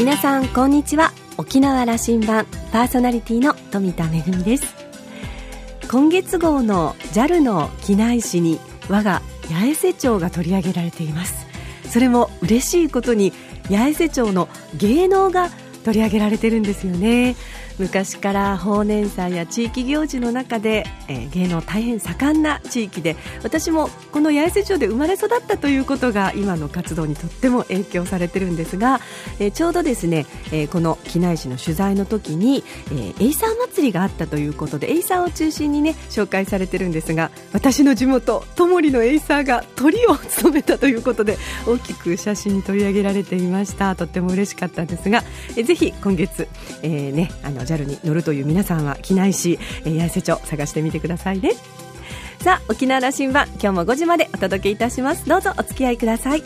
皆さんこんにちは。沖縄羅針盤パーソナリティの富田恵です。今月号の JAL の機内誌に我が八重瀬町が取り上げられています。それも嬉しいことに八重瀬町の芸能が取り上げられてるんですよね。昔から豊年祭や地域行事の中で、芸能大変盛んな地域で、私もこの八重瀬町で生まれ育ったということが今の活動にとっても影響されてるんですが、ちょうどですね、この機内誌の取材の時に、エイサー祭りがあったということでエイサーを中心にね紹介されてるんですが、私の地元ともりのエイサーが鳥を務めたということで大きく写真に取り上げられていました。とっても嬉しかったんですが、ぜひ今月、JAL に乗るという皆さんは機内誌、八重瀬町探してみてくださいね。さあ、沖縄羅針盤今日も5時までお届けいたします。どうぞお付き合いください。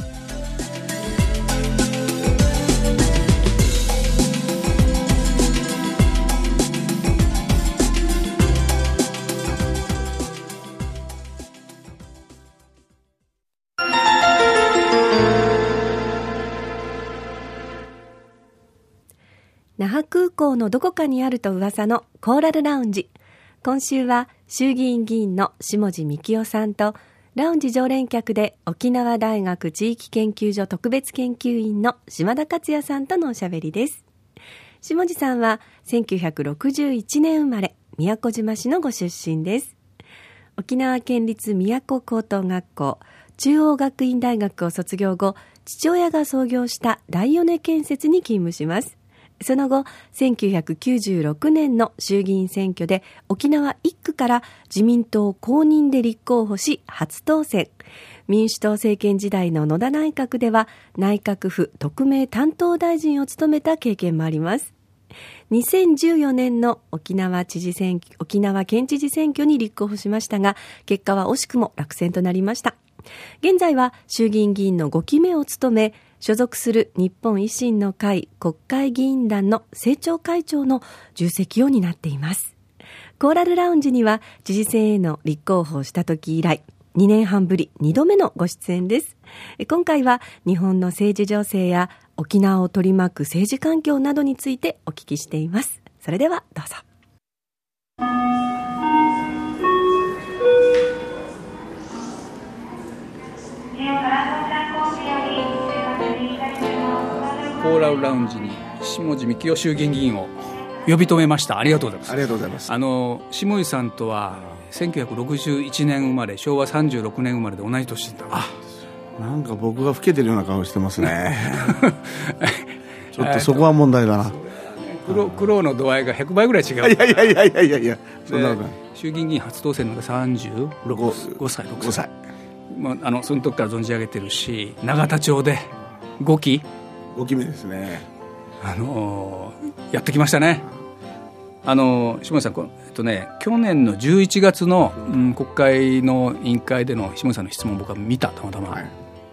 那覇空港のどこかにあると噂のコーラルラウンジ。今週は衆議院議員の下地幹夫さんとラウンジ常連客で沖縄大学地域研究所特別研究員の島田克也さんとのおしゃべりです。下地さんは1961年生まれ、宮古島市のご出身です。沖縄県立宮古高等学校、中央学院大学を卒業後、父親が創業した大米建設に勤務します。その後、1996年の衆議院選挙で沖縄1区から自民党公認で立候補し初当選。民主党政権時代の野田内閣では内閣府特命担当大臣を務めた経験もあります。2014年の沖縄県知事選挙に立候補しましたが、結果は惜しくも落選となりました。現在は衆議院議員の5期目を務め、所属する日本維新の会国会議員団の政調会長の重責を担っています。コーラルラウンジには知事選への立候補をした時以来2年半ぶり2度目のご出演です。今回は日本の政治情勢や沖縄を取り巻く政治環境などについてお聞きしています。それではどうぞ。 コーラルラウンジに下地幹夫衆議院議員を呼び止めました。ありがとうございます。 ありがとうございます。 下地さんとは1961年生まれ、昭和36年生まれで同じ年だ。 なんか僕が老けてるような顔してますねちょっとそこは問題だな。 苦労の度合いが100倍ぐらい違う。 いやそんなことない。 衆議院議員初当選のが35歳6歳、その時から存じ上げてるし、永田町で5期目ですね。やってきましたね。下地さん、去年の11月の、国会の委員会での下地さんの質問を僕は見た、たまたま、はい、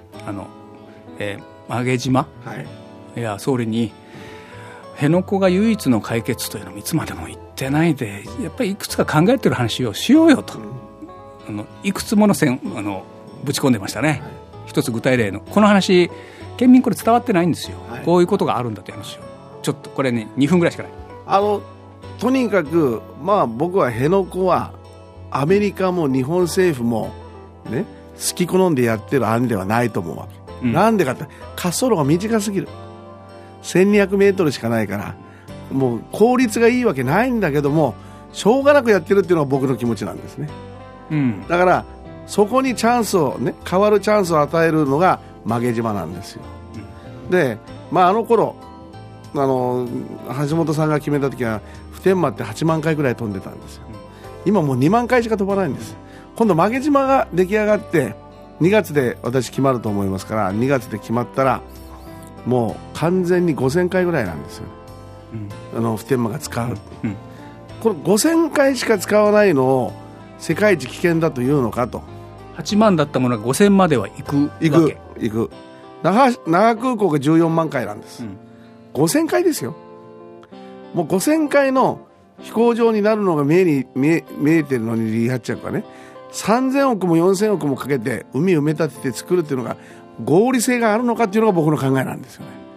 曲島、いや総理に辺野古が唯一の解決というのもいつまでも言ってないで、やっぱりいくつか考えてる話をしようよと、いくつもの線ぶち込んでましたね、はい、一つ具体例のこの話、県民これ伝わってないんですよ、はい、こういうことがあるんだという話をちょっとこれね2分ぐらいしかない。 とにかく、僕は辺野古はアメリカも日本政府もね好き好んでやってる案ではないと思うわけ、なんでかって滑走路が短すぎる。1200メートルしかないからもう効率がいいわけないんだけども、しょうがなくやってるっていうのが僕の気持ちなんですね、だからそこにチャンスをね、変わるチャンスを与えるのが曲げ島なんですよ、で、あの頃橋本さんが決めた時は普天間って8万回ぐらい飛んでたんですよ。今もう2万回しか飛ばないんです。今度曲げ島が出来上がって2月で私決まると思いますから、2月で決まったらもう完全に5000回ぐらいなんですよ、普天間が使う、この5000回しか使わないのを世界一危険だというのかと。 8万だったものが5000までは行くわけ。 行く。那覇空港が14万回なんです、5000回ですよ。もう5000回の飛行場になるのが見えてるのに離発着がね、3000億も4000億もかけて海埋め立てて作るっていうのが合理性があるのかっていうのが僕の考えなんですよね。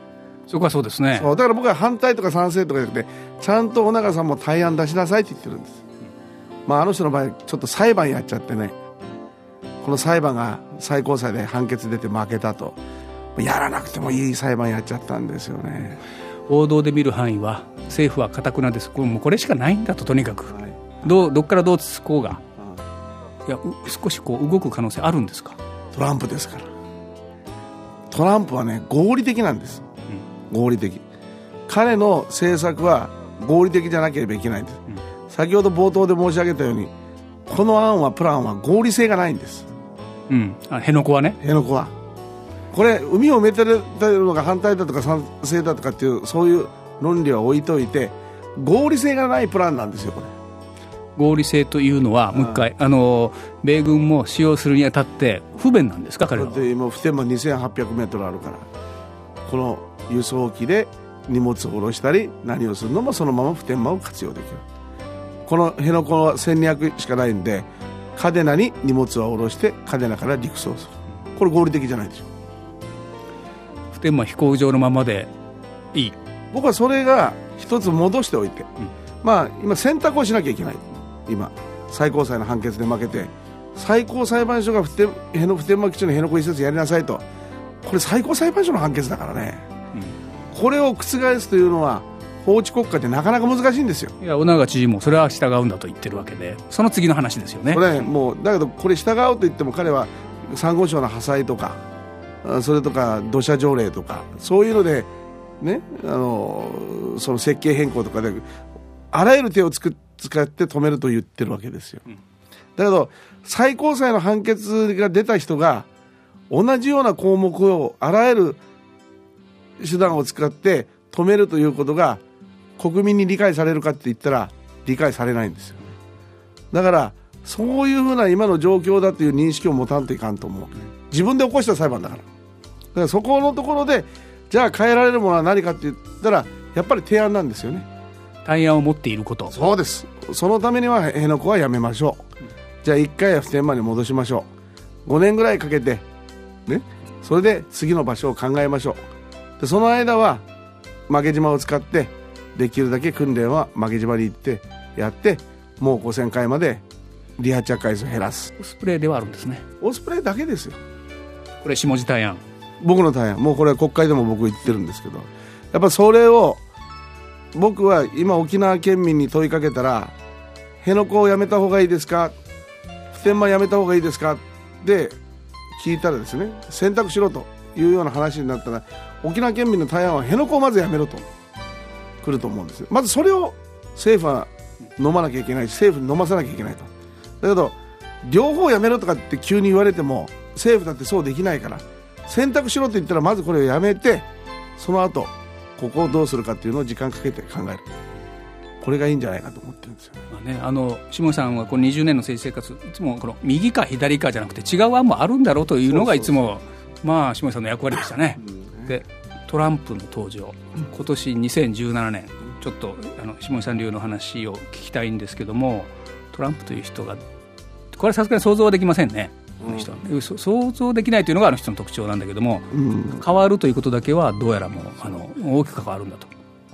そこはそうですね。 そうだから僕は反対とか賛成とかじゃなくて、ちゃんと尾長さんも対案出しなさいって言ってるんです。あの人の場合ちょっと裁判やっちゃってね、この裁判が最高裁で判決出て負けたと、やらなくてもいい裁判やっちゃったんですよね。 報道で見る範囲は政府は堅くなです。もうこれしかないんだと。とにかく、はい、どっからどうつこうが、いや少しこう動く可能性あるんですか。 トランプですから。トランプはね合理的なんです、合理的。彼の政策は合理的じゃなければいけないんです、先ほど冒頭で申し上げたように、この案はプランは合理性がないんです、 辺野古はね。 辺野古はこれ海を埋めてるのが反対だとか賛成だとかっていうそういう論理は置いといて、合理性がないプランなんですよこれ。 合理性というのはもう一回、米軍も使用するにあたって不便なんですか彼は。 だって今普天間2800メートルあるから、この輸送機で荷物を下ろしたり何をするのもそのまま普天間を活用できる。この辺野古は1200しかないんで、嘉手納に荷物を下ろして嘉手納から陸送する。これ合理的じゃないでしょ。 普天間飛行場のままでいい。 僕はそれが一つ戻しておいて、今選択をしなきゃいけない。今最高裁の判決で負けて、最高裁判所が普天間基地の辺野古移設やりなさいと、これ最高裁判所の判決だからね、これを覆すというのは法治国家でなかなか難しいんですよ。 いや尾長知事もそれは従うんだと言ってるわけで、その次の話ですよね。 これもうだけどこれ従うと言っても、彼はサンゴ礁の破壊とかそれとか土砂条例とかそういうのでね、その設計変更とかであらゆる手を使って止めると言ってるわけですよ、だけど最高裁の判決が出た人が同じような項目をあらゆる手段を使って止めるということが国民に理解されるかって言ったら理解されないんですよ。だからそういうふうな今の状況だという認識を持たんといかんと思う。自分で起こした裁判だから。だからそこのところでじゃあ変えられるものは何かって言ったらやっぱり提案なんですよね。 対案を持っていること。 そうです。そのためには辺野古はやめましょう、じゃあ1回は普天間に戻しましょう。5年ぐらいかけてね、それで次の場所を考えましょう。でその間は負け島を使ってできるだけ訓練は負け島に行ってやって、もう5000回まで離発着回数を減らす。 オスプレイではあるんですね。 オスプレイだけですよこれ下地対案。 僕の対案、もうこれは国会でも僕言ってるんですけど、やっぱそれを僕は今沖縄県民に問いかけたら、辺野古をやめた方がいいですか、普天間やめた方がいいですかで聞いたらですね、選択しろというような話になったら、沖縄県民の対案は辺野古をまずやめろと来ると思うんですよ。まずそれを政府は飲まなきゃいけないし、政府に飲まさなきゃいけないと。だけど両方やめろとかって急に言われても政府だってそうできないから、選択しろと言ったらまずこれをやめて、その後ここをどうするかっていうのを時間かけて考える。これがいいんじゃないかと思ってるんですよ、 下さんはこの20年の政治生活、いつもこの右か左かじゃなくて違う案もあるんだろうというのがいつも下さんの役割でしたね。でトランプの登場、今年2017年、ちょっと下さん流の話を聞きたいんですけども、トランプという人が、これはさすがに想像はできませんね、想像できないというのがあの人の特徴なんだけども、変わるということだけはどうやらもう大きく変わるんだと。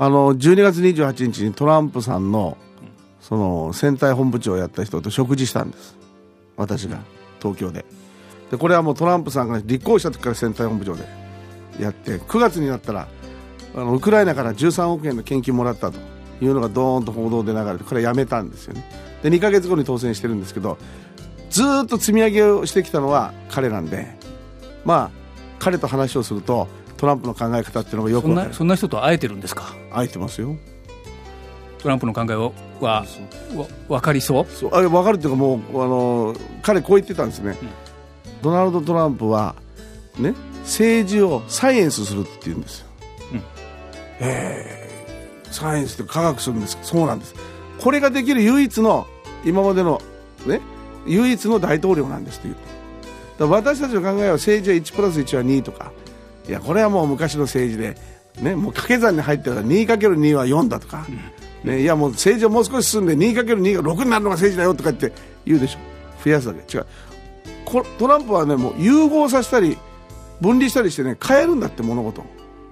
12月28日にトランプさんのその選対本部長をやった人と食事したんです、私が東京で。でこれはもうトランプさんが立候補した時から選対本部長でやって、9月になったらウクライナから13億円の献金もらったというのがドーンと報道で流れて、これやめたんですよね。で2ヶ月後に当選してるんですけど、ずっと積み上げをしてきたのは彼なんで、彼と話をするとトランプの考え方っていうのがよく分かる。 そんな人と会えてるんですか。 会えてますよ。 トランプの考えは分かりそう。 分かるっていうか、もう彼こう言ってたんですね、ドナルド・トランプはね、政治をサイエンスするって言うんですよ、サイエンスって科学するんです。そうなんです。これができる唯一の今までのね、唯一の大統領なんですと言って、だから私たちの考えは政治は 1+1 は2とか、いやこれはもう昔の政治で、ね、もう掛け算に入ってるから 2×2 は4だとか、いやもう政治はもう少し進んで 2×2 が6になるのが政治だよとか言って言うでしょ。増やすだけ。違う、トランプはね、もう融合させたり分離したりしてね、変えるんだって物事。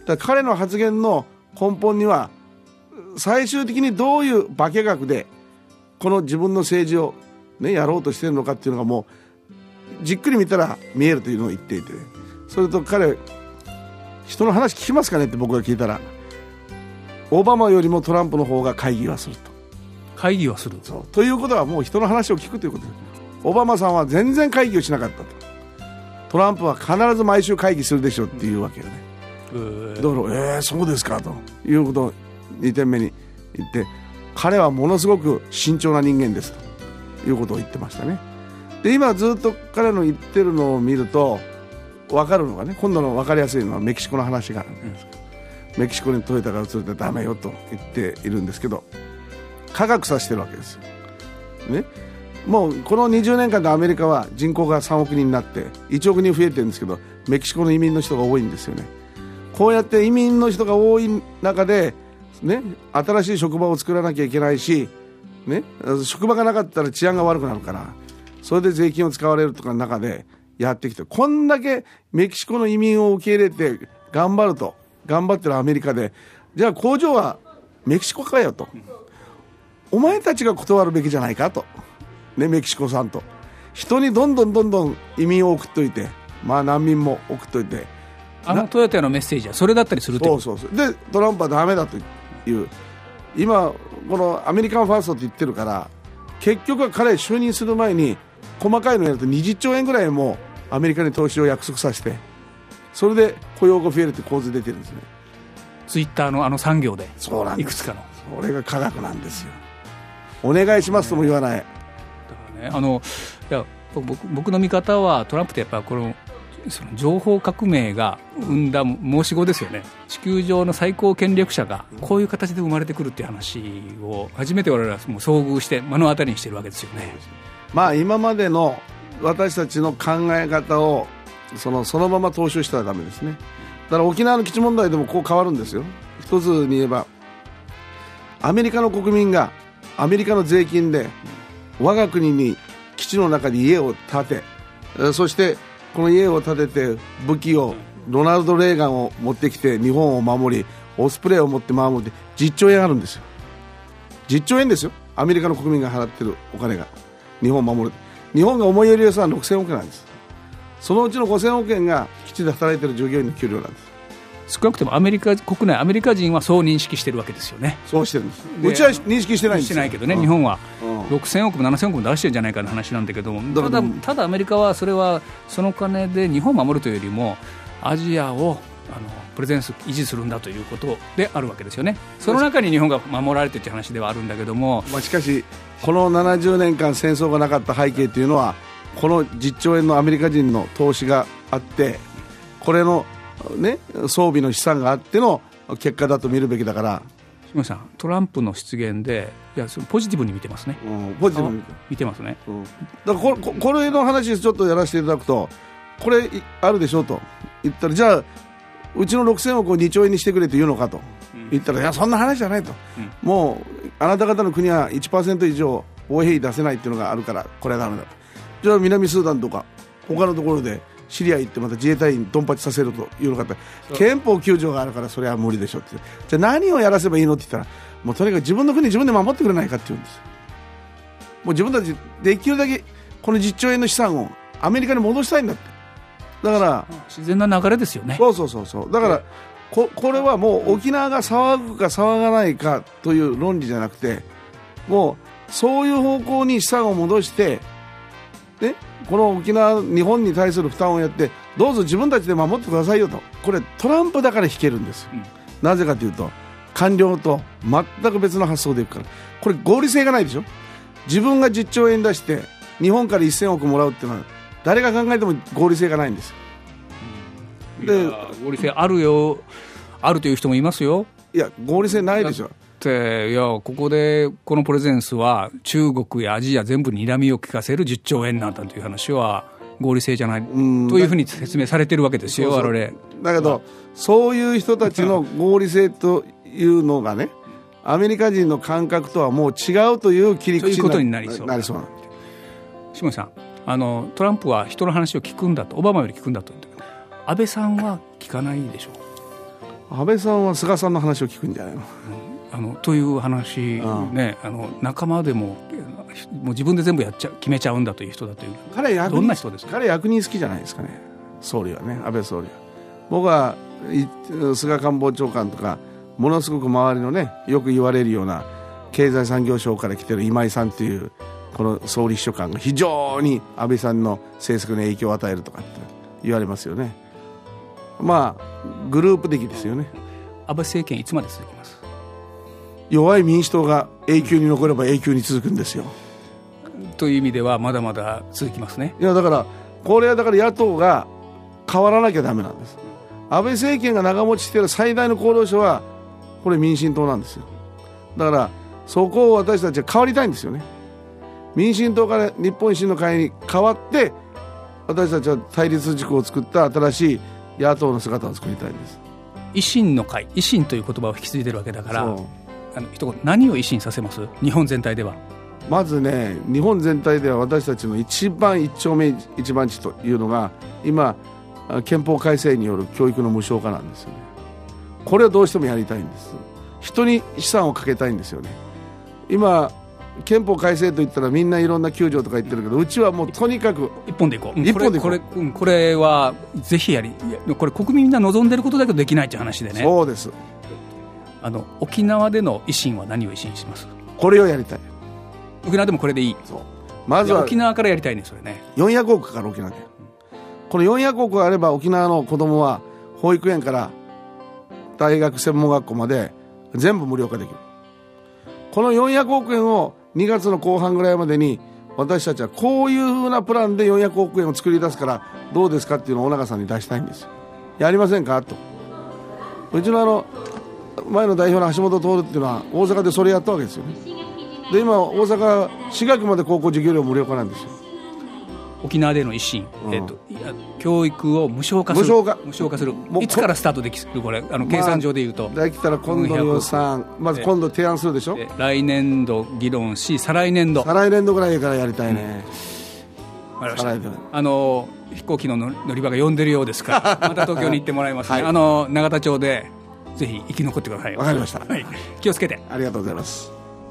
だから彼の発言の根本には最終的にどういう化学でこの自分の政治を、ね、やろうとしているのかっていうのがもうじっくり見たら見えるというのを言っていて、それと彼人の話聞きますかねって僕が聞いたら、オバマよりもトランプの方が会議はすると。 会議はするということはもう人の話を聞くということです。オバマさんは全然会議をしなかったと。トランプは必ず毎週会議するでしょっていうわけよね。だからそうですかということを2点目に言って、彼はものすごく慎重な人間ですということを言ってましたね。で今ずっと彼の言ってるのを見ると分かるのがね、今度の分かりやすいのはメキシコの話があるんですけど、メキシコにトヨタが移れてダメよと言っているんですけど、科学させてるわけですよ、ね、もうこの20年間でアメリカは人口が3億人になって1億人増えてるんですけど、メキシコの移民の人が多いんですよね。こうやって移民の人が多い中で、ね、新しい職場を作らなきゃいけないし、ね、職場がなかったら治安が悪くなるから、それで税金を使われるとかの中でやってきて、こんだけメキシコの移民を受け入れて頑張ってるアメリカで、じゃあ工場はメキシコかよと、お前たちが断るべきじゃないかと、ね、メキシコさんと人にどんどん移民を送っといて、まあ難民も送っといて、 トヨタのメッセージはそれだったりするという。 そうでトランプはダメだという、今このアメリカンファーストって言ってるから、結局は彼就任する前に細かいのやると20兆円ぐらいもアメリカに投資を約束させて、それで雇用が増えるって構図出てるんですね。 ツイッターの産業でそうなんです、 いくつかの、 それが科学なんですよ。お願いしますとも言わない。だからね、いや僕の見方はトランプってやっぱその情報革命が生んだ申し子ですよね。地球上の最高権力者がこういう形で生まれてくるっていう話を初めて我々はもう遭遇して目の当たりにしてるわけですよね。 まあ今までの私たちの考え方をそのまま踏襲したらダメですね。だから沖縄の基地問題でもこう変わるんですよ。一つに言えば、アメリカの国民がアメリカの税金で我が国に基地の中に家を建て、そしてこの家を建てて武器をロナルド・レーガンを持ってきて日本を守り、オスプレイを持って守って10兆円あるんですよ。10兆円ですよ、アメリカの国民が払ってるお金が日本を守る。日本が思いやり予算は6000億円なんです。そのうちの5000億円が基地で働いている従業員の給料なんです。 少なくともアメリカ国内、アメリカ人はそう認識してるわけですよね。 そうしてるんです。うちは認識してないんですよ。 してないけどね、日本は6000億も7000億も出してるんじゃないかの話なんだけども、ただアメリカはそれはその金で日本を守るというよりもアジアをプレゼンス維持するんだということであるわけですよね。その中に日本が守られているという話ではあるんだけども、 しかしこの70年間戦争がなかった背景というのは、この10兆円のアメリカ人の投資があって、これのね、装備の資産があっての結果だと見るべきだから。 島さん、トランプの失言でそのポジティブに見てますね。 ポジティブに見てますね。 だからこれの話ちょっとやらせていただくと、これあるでしょと言ったら、じゃあうちの6000億を2兆円にしてくれと言うのかと言ったら、いやそんな話じゃないと、もうあなた方の国は 1% 以上防衛費出せないっていうのがあるからこれはダメだと。じゃあ南スーダンとか他のところでシリア行ってまた自衛隊員ドンパチさせるというのかって、憲法9条があるからそれは無理でしょって。じゃあ何をやらせばいいのって言ったら、もうとにかく自分の国自分で守ってくれないかって言うんです。もう自分たちできるだけこの10兆円の資産をアメリカに戻したいんだって。だから自然な流れですよね。 そうだからこれはもう沖縄が騒ぐか騒がないかという論理じゃなくて、もうそういう方向に資産を戻してね、この沖縄、日本に対する負担をやって、どうぞ自分たちで守ってくださいよと。これトランプだから引けるんです、なぜかというと官僚と全く別の発想でいくから。これ合理性がないでしょ。自分が10兆円出して日本から1000億もらうっていうのは誰が考えても合理性がないんです。 で合理性あるという人もいますよ。 いや合理性ないでしょ。 いやここでこのプレゼンスは中国やアジア全部に睨みを利かせる10兆円なんだという話は合理性じゃないというふうに説明されてるわけですよ。我々 だけどそういう人たちの合理性というのがね、アメリカ人の感覚とはもう違うという切り口になりそうなんです。下さん、トランプは人の話を聞くんだと、オバマより聞くんだと。安倍さんは聞かないでしょう。 安倍さんは菅さんの話を聞くんじゃないの、 という話ね、仲間でもう自分で全部決めちゃうんだという人だという。どんな人ですか？ 彼役人好きじゃないですかね、総理はね、安倍総理は。僕は菅官房長官とかものすごく周りのね、よく言われるような経済産業省から来てる今井さんというこの総理秘書官が非常に安倍さんの政策に影響を与えるとかって言われますよね。まあグループ的ですよね。 安倍政権いつまで続きます？ 弱い民主党が永久に残れば永久に続くんですよ。 という意味ではまだまだ続きますね。 いやだからこれはだから野党が変わらなきゃダメなんです。安倍政権が長持ちしている最大の功労者はこれ民進党なんですよ。だからそこを私たちは変わりたいんですよね。民進党から日本維新の会に変わって私たちは対立軸を作った新しい野党の姿を作りたいんです。 維新の会、維新という言葉を引き継いでるわけだから、一言何を維新させます？日本全体では。 まずね、日本全体では私たちの一番一丁目一番地というのが今憲法改正による教育の無償化なんですよね。これをどうしてもやりたいんです。人に資産をかけたいんですよね。今憲法改正といったらみんないろんな9条とか言ってるけど、うちはもうとにかく一本でいこう。 一本でいこう。これはぜひこれ国民みんな望んでることだけどできないという話でね。 そうです。 沖縄での維新は何を維新します？ これをやりたい。 沖縄でもこれでいい。 そう。まずは沖縄からやりたいね、それね。 400億から沖縄で。この400億があれば沖縄の子供は保育園から大学専門学校まで全部無料化できる。この400億円を2月の後半ぐらいまでに私たちはこういう風なプランで400億円を作り出すからどうですかっていうのを尾長さんに出したいんですよ。やりませんかと。うちの前の代表の橋本徹っていうのは大阪でそれやったわけですよね。で今大阪4学期まで高校授業料無料化なんですよ。 沖縄での維新、教育を無償化する。無償化する。いつからスタートできる？これ計算上でいうと、 できたら今度の予算まず今度提案するでしょ。 来年度議論し、再来年度ぐらいからやりたいね。 飛行機の乗り場が呼んでるようですからまた東京に行ってもらいますね。永田町でぜひ生き残ってください。 わかりました、 はい、気をつけて。 ありがとうございます。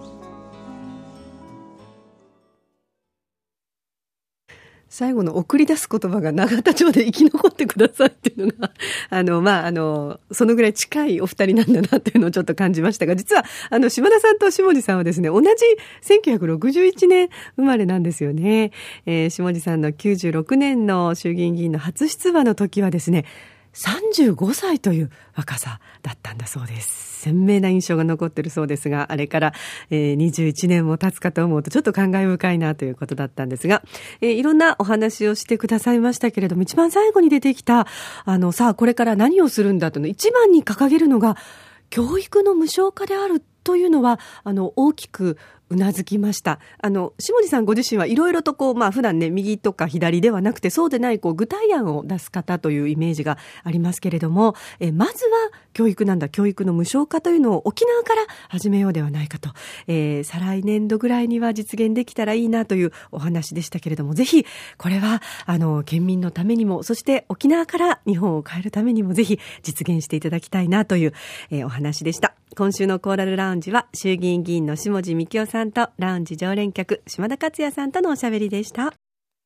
最後の送り出す言葉が永田町で生き残ってくださいっていうのが、そのぐらい近いお二人なんだなというのをちょっと感じましたが、実は、島田さんと下地さんはですね、同じ1961年生まれなんですよね。下地さんの96年の衆議院議員の初出馬の時はですね、35歳という若さだったんだそうです。鮮明な印象が残っているそうですが、あれから、21年も経つかと思うとちょっと感慨深いなということだったんですが、いろんなお話をしてくださいましたけれども、一番最後に出てきたさあこれから何をするんだというの一番に掲げるのが教育の無償化であるというのは大きくうなずきました。下地さんご自身はいろいろと普段ね、右とか左ではなくてそうでない具体案を出す方というイメージがありますけれども、まずは教育の無償化というのを沖縄から始めようではないかと、再来年度ぐらいには実現できたらいいなというお話でしたけれども、ぜひこれは県民のためにも、そして沖縄から日本を変えるためにもぜひ実現していただきたいなという、お話でした。今週のコーラルラウンジは衆議院議員の下地幹郎さんとラウンジ常連客島田克也さんとのおしゃべりでした。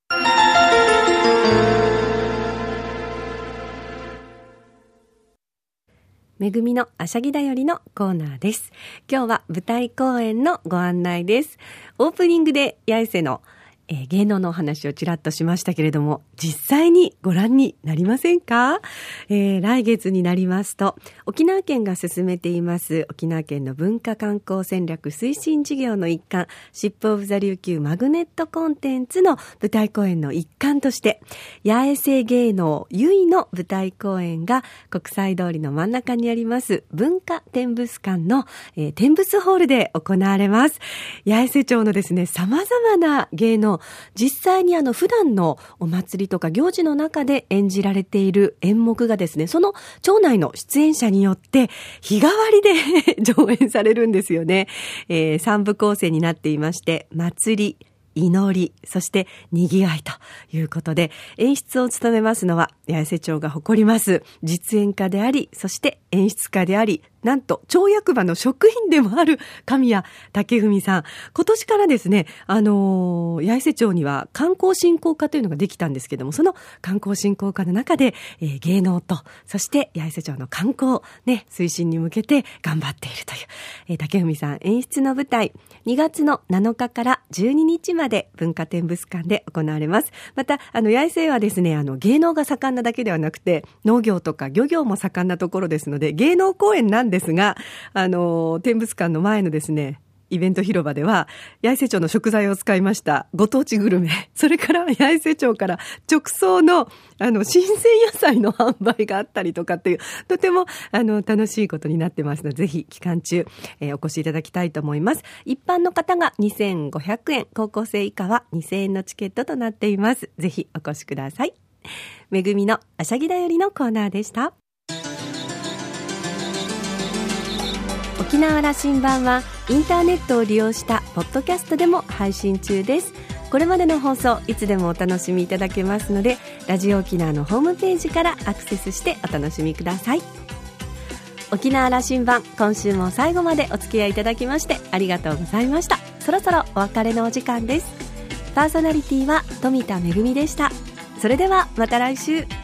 めぐみのあしゃぎだよりのコーナーです。今日は舞台公演のご案内です。オープニングで八重瀬の芸能のお話をちらっとしましたけれども、実際にご覧になりませんか？来月になりますと沖縄県が進めています沖縄県の文化観光戦略推進事業の一環、シップオブザ琉球マグネットコンテンツの舞台公演の一環として八重瀬芸能ゆいの舞台公演が国際通りの真ん中にあります文化展物館の、展物ホールで行われます。八重瀬町のですね、様々な芸能、実際に普段のお祭りとか行事の中で演じられている演目がですね、その町内の出演者によって日替わりで上演されるんですよね。3部構成になっていまして、祭り、祈り、そしてにぎわいということで、演出を務めますのは八重瀬町が誇ります実演家であり、そして演出家であり、なんと町役場の職員でもある神谷武文さん。今年からですね、八重瀬町には観光振興課というのができたんですけども、その観光振興課の中で、芸能と、そして八重瀬町の観光、ね、推進に向けて頑張っているという、武文さん演出の舞台、2月の7日から12日まで文化展物館で行われます。また、八重瀬はですね、芸能が盛んなだけではなくて、農業とか漁業も盛んなところですので、芸能公園なんですが、展物館の前のですね、イベント広場では八重瀬町の食材を使いましたご当地グルメ、それから八重瀬町から直送の新鮮野菜の販売があったりとかっていう、とても楽しいことになってますので、ぜひ期間中、お越しいただきたいと思います。一般の方が2500円、高校生以下は2000円のチケットとなっています。ぜひお越しください。めぐみのあしゃぎだよりのコーナーでした。沖縄羅針盤はインターネットを利用したポッドキャストでも配信中です。これまでの放送いつでもお楽しみいただけますので、ラジオ沖縄のホームページからアクセスしてお楽しみください。沖縄羅針盤、今週も最後までお付き合いいただきましてありがとうございました。そろそろお別れのお時間です。パーソナリティは富田恵でした。それではまた来週。